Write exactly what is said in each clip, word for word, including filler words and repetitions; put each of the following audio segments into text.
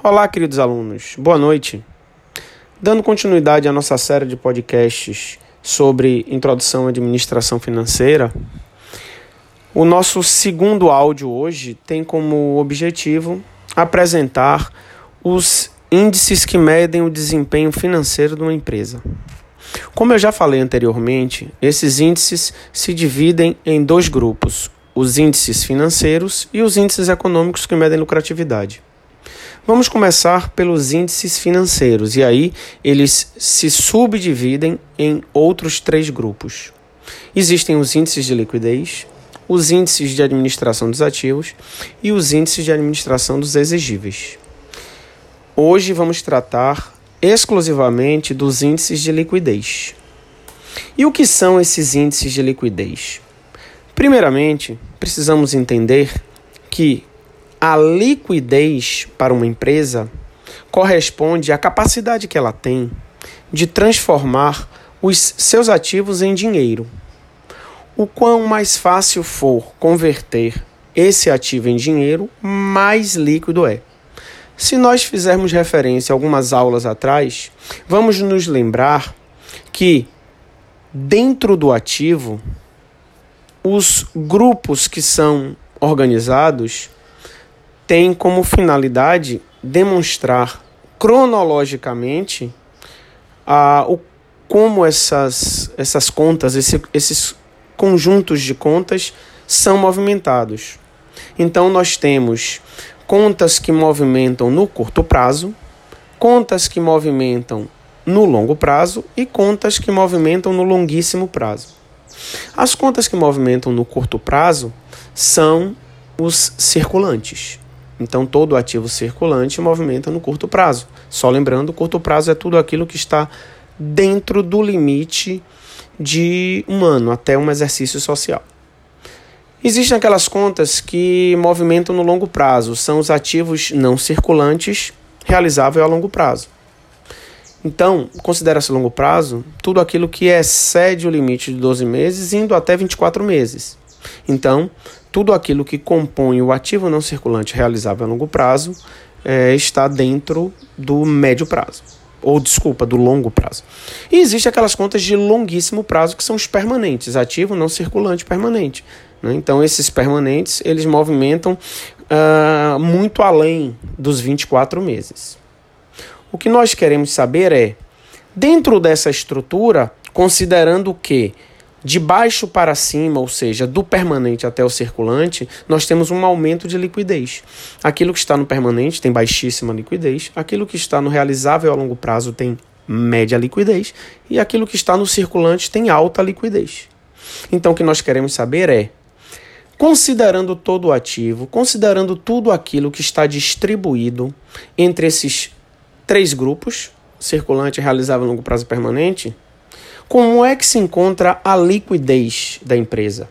Olá, queridos alunos. Boa noite. Dando continuidade à nossa série de podcasts sobre Introdução à Administração Financeira, o nosso segundo áudio hoje tem como objetivo apresentar os índices que medem o desempenho financeiro de uma empresa. Como eu já falei anteriormente, esses índices se dividem em dois grupos, os índices financeiros e os índices econômicos que medem lucratividade. Vamos começar pelos índices financeiros, e aí eles se subdividem em outros três grupos. Existem os índices de liquidez, os índices de administração dos ativos e os índices de administração dos exigíveis. Hoje vamos tratar exclusivamente dos índices de liquidez. E o que são esses índices de liquidez? Primeiramente, precisamos entender que a liquidez para uma empresa corresponde à capacidade que ela tem de transformar os seus ativos em dinheiro. O quão mais fácil for converter esse ativo em dinheiro, mais líquido é. Se nós fizermos referência a algumas aulas atrás, vamos nos lembrar que dentro do ativo, os grupos que são organizados têm como finalidade demonstrar cronologicamente ah, o, como essas, essas contas, esse, esses conjuntos de contas são movimentados. Então nós temos contas que movimentam no curto prazo, contas que movimentam no longo prazo e contas que movimentam no longuíssimo prazo. As contas que movimentam no curto prazo são os circulantes. Então, todo ativo circulante movimenta no curto prazo. Só lembrando, o curto prazo é tudo aquilo que está dentro do limite de um ano, até um exercício social. Existem aquelas contas que movimentam no longo prazo, são os ativos não circulantes realizáveis a longo prazo. Então, considera-se longo prazo tudo aquilo que excede o limite de doze meses, indo até vinte e quatro meses. Então, tudo aquilo que compõe o ativo não circulante realizável a longo prazo é, está dentro do médio prazo, ou desculpa, do longo prazo. E existem aquelas contas de longuíssimo prazo que são os permanentes, ativo não circulante permanente. Né? Então, esses permanentes, eles movimentam uh, muito além dos vinte e quatro meses. O que nós queremos saber é, dentro dessa estrutura, considerando que de baixo para cima, ou seja, do permanente até o circulante, nós temos um aumento de liquidez. Aquilo que está no permanente tem baixíssima liquidez, aquilo que está no realizável a longo prazo tem média liquidez e aquilo que está no circulante tem alta liquidez. Então, o que nós queremos saber é, considerando todo o ativo, considerando tudo aquilo que está distribuído entre esses três grupos, circulante, realizável a longo prazo e permanente, como é que se encontra a liquidez da empresa?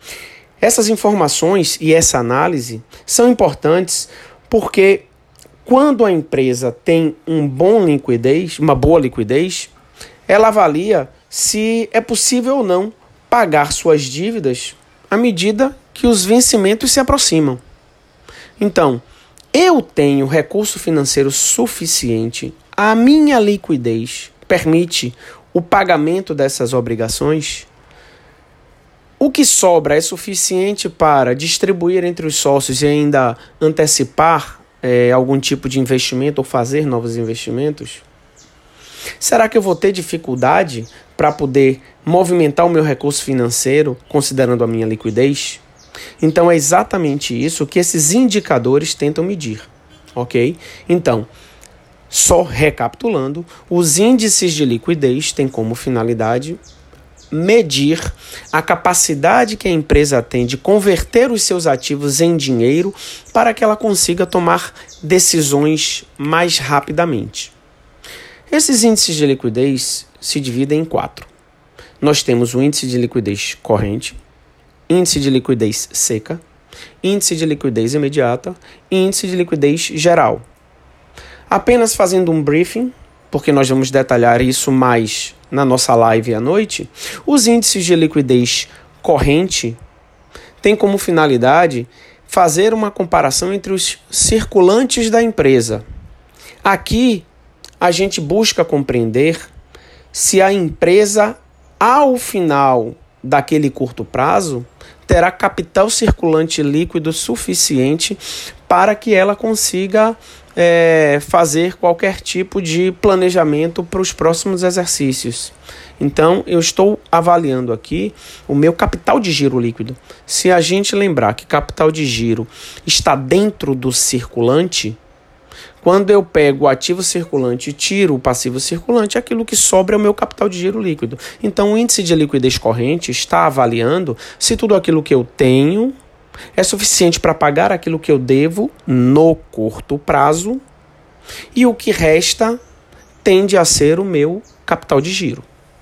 Essas informações e essa análise são importantes porque quando a empresa tem um bom liquidez, uma boa liquidez, ela avalia se é possível ou não pagar suas dívidas à medida que os vencimentos se aproximam. Então, eu tenho recurso financeiro suficiente, a minha liquidez permite o pagamento dessas obrigações, o que sobra é suficiente para distribuir entre os sócios e ainda antecipar é, algum tipo de investimento ou fazer novos investimentos? Será que eu vou ter dificuldade para poder movimentar o meu recurso financeiro considerando a minha liquidez? Então é exatamente isso que esses indicadores tentam medir, ok? Então, só recapitulando, os índices de liquidez têm como finalidade medir a capacidade que a empresa tem de converter os seus ativos em dinheiro para que ela consiga tomar decisões mais rapidamente. Esses índices de liquidez se dividem em quatro. Nós temos o índice de liquidez corrente, índice de liquidez seca, índice de liquidez imediata e índice de liquidez geral. Apenas fazendo um briefing, porque nós vamos detalhar isso mais na nossa live à noite, os índices de liquidez corrente têm como finalidade fazer uma comparação entre os circulantes da empresa. Aqui, a gente busca compreender se a empresa, ao final daquele curto prazo, terá capital circulante líquido suficiente para que ela consiga é, fazer qualquer tipo de planejamento para os próximos exercícios. Então, eu estou avaliando aqui o meu capital de giro líquido. Se a gente lembrar que capital de giro está dentro do circulante, quando eu pego o ativo circulante e tiro o passivo circulante, aquilo que sobra é o meu capital de giro líquido. Então, o índice de liquidez corrente está avaliando se tudo aquilo que eu tenho é suficiente para pagar aquilo que eu devo no curto prazo e o que resta tende a ser o meu capital de giro.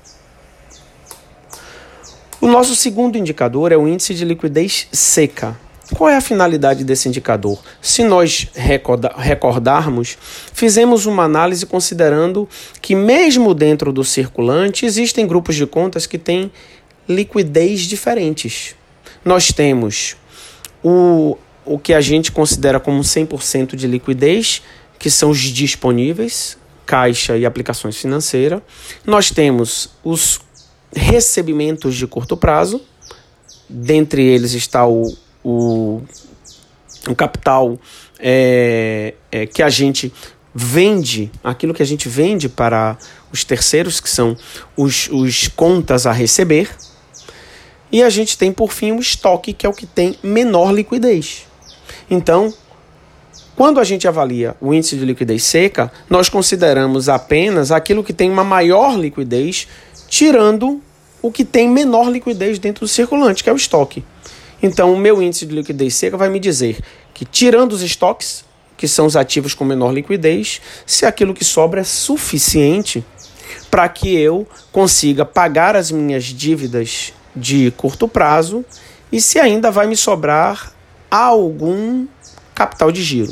O nosso segundo indicador é o índice de liquidez seca. Qual é a finalidade desse indicador? Se nós recorda- recordarmos, fizemos uma análise considerando que mesmo dentro do circulante existem grupos de contas que têm liquidez diferentes. Nós temos o, o que a gente considera como cem por cento de liquidez, que são os disponíveis, caixa e aplicações financeiras. Nós temos os recebimentos de curto prazo, dentre eles está o O, o capital é, é, que a gente vende, aquilo que a gente vende para os terceiros, que são os, os contas a receber. E a gente tem, por fim, o estoque, que é o que tem menor liquidez. Então, quando a gente avalia o índice de liquidez seca, nós consideramos apenas aquilo que tem uma maior liquidez, tirando o que tem menor liquidez dentro do circulante, que é o estoque. Então, o meu índice de liquidez seca vai me dizer que, tirando os estoques, que são os ativos com menor liquidez, se aquilo que sobra é suficiente para que eu consiga pagar as minhas dívidas de curto prazo e se ainda vai me sobrar algum capital de giro.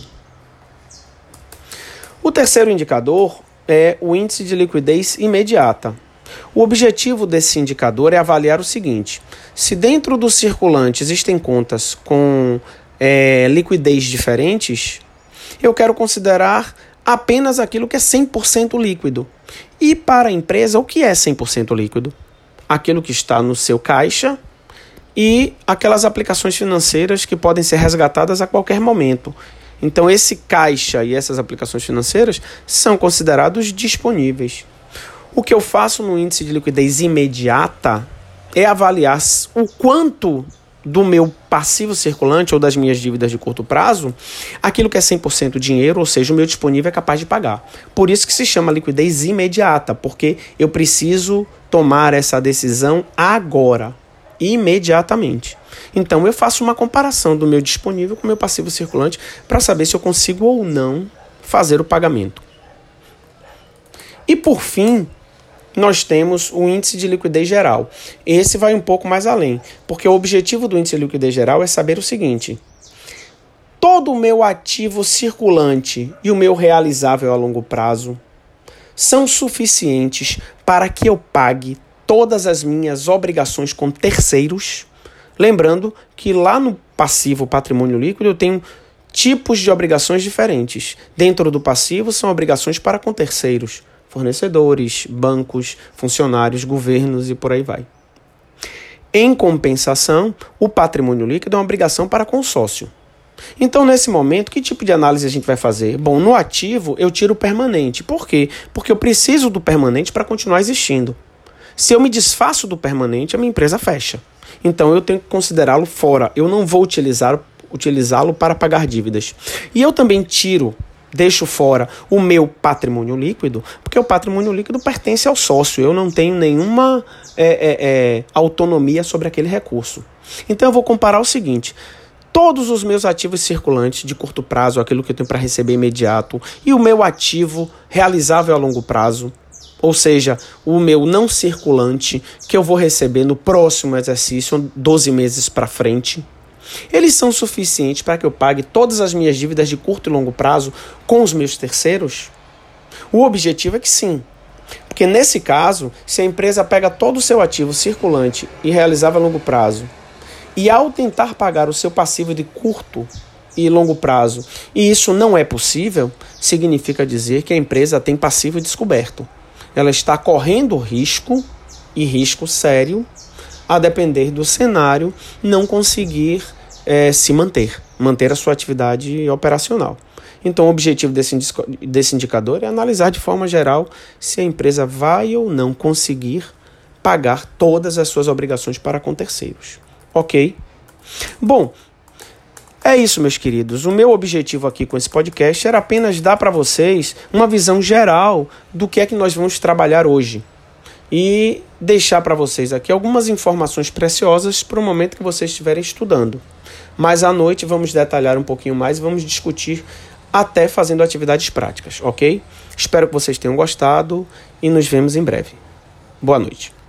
O terceiro indicador é o índice de liquidez imediata. O objetivo desse indicador é avaliar o seguinte: se dentro do circulante existem contas com é, liquidez diferentes, eu quero considerar apenas aquilo que é cem por cento líquido. E para a empresa, o que é cem por cento líquido? Aquilo que está no seu caixa e aquelas aplicações financeiras que podem ser resgatadas a qualquer momento. Então, esse caixa e essas aplicações financeiras são considerados disponíveis. O que eu faço no índice de liquidez imediata é avaliar o quanto do meu passivo circulante ou das minhas dívidas de curto prazo, aquilo que é cem por cento dinheiro, ou seja, o meu disponível é capaz de pagar. Por isso que se chama liquidez imediata, porque eu preciso tomar essa decisão agora, imediatamente. Então eu faço uma comparação do meu disponível com o meu passivo circulante para saber se eu consigo ou não fazer o pagamento. E por fim, nós temos o índice de liquidez geral. Esse vai um pouco mais além, porque o objetivo do índice de liquidez geral é saber o seguinte: todo o meu ativo circulante e o meu realizável a longo prazo são suficientes para que eu pague todas as minhas obrigações com terceiros. Lembrando que lá no passivo patrimônio líquido eu tenho tipos de obrigações diferentes. Dentro do passivo são obrigações para com terceiros, fornecedores, bancos, funcionários, governos e por aí vai. Em compensação, o patrimônio líquido é uma obrigação para consórcio. Então, nesse momento, que tipo de análise a gente vai fazer? Bom, no ativo eu tiro o permanente. Por quê? Porque eu preciso do permanente para continuar existindo. Se eu me desfaço do permanente, a minha empresa fecha. Então, eu tenho que considerá-lo fora. Eu não vou utilizar, utilizá-lo para pagar dívidas. E eu também tiro deixo fora o meu patrimônio líquido, porque o patrimônio líquido pertence ao sócio, eu não tenho nenhuma é, é, é, autonomia sobre aquele recurso. Então eu vou comparar o seguinte: todos os meus ativos circulantes de curto prazo, aquilo que eu tenho para receber imediato, e o meu ativo realizável a longo prazo, ou seja, o meu não circulante, que eu vou receber no próximo exercício, doze meses para frente, eles são suficientes para que eu pague todas as minhas dívidas de curto e longo prazo com os meus terceiros? O objetivo é que sim. Porque nesse caso, se a empresa pega todo o seu ativo circulante e realizável a longo prazo, e ao tentar pagar o seu passivo de curto e longo prazo, e isso não é possível, significa dizer que a empresa tem passivo descoberto. Ela está correndo risco, e risco sério, a depender do cenário, não conseguir é, se manter, manter a sua atividade operacional. Então, o objetivo desse, desse indicador é analisar de forma geral se a empresa vai ou não conseguir pagar todas as suas obrigações para com terceiros. Ok? Bom, é isso, meus queridos. O meu objetivo aqui com esse podcast era apenas dar para vocês uma visão geral do que é que nós vamos trabalhar hoje. E deixar para vocês aqui algumas informações preciosas para o momento que vocês estiverem estudando. Mas à noite vamos detalhar um pouquinho mais e vamos discutir até fazendo atividades práticas, ok? Espero que vocês tenham gostado e nos vemos em breve. Boa noite.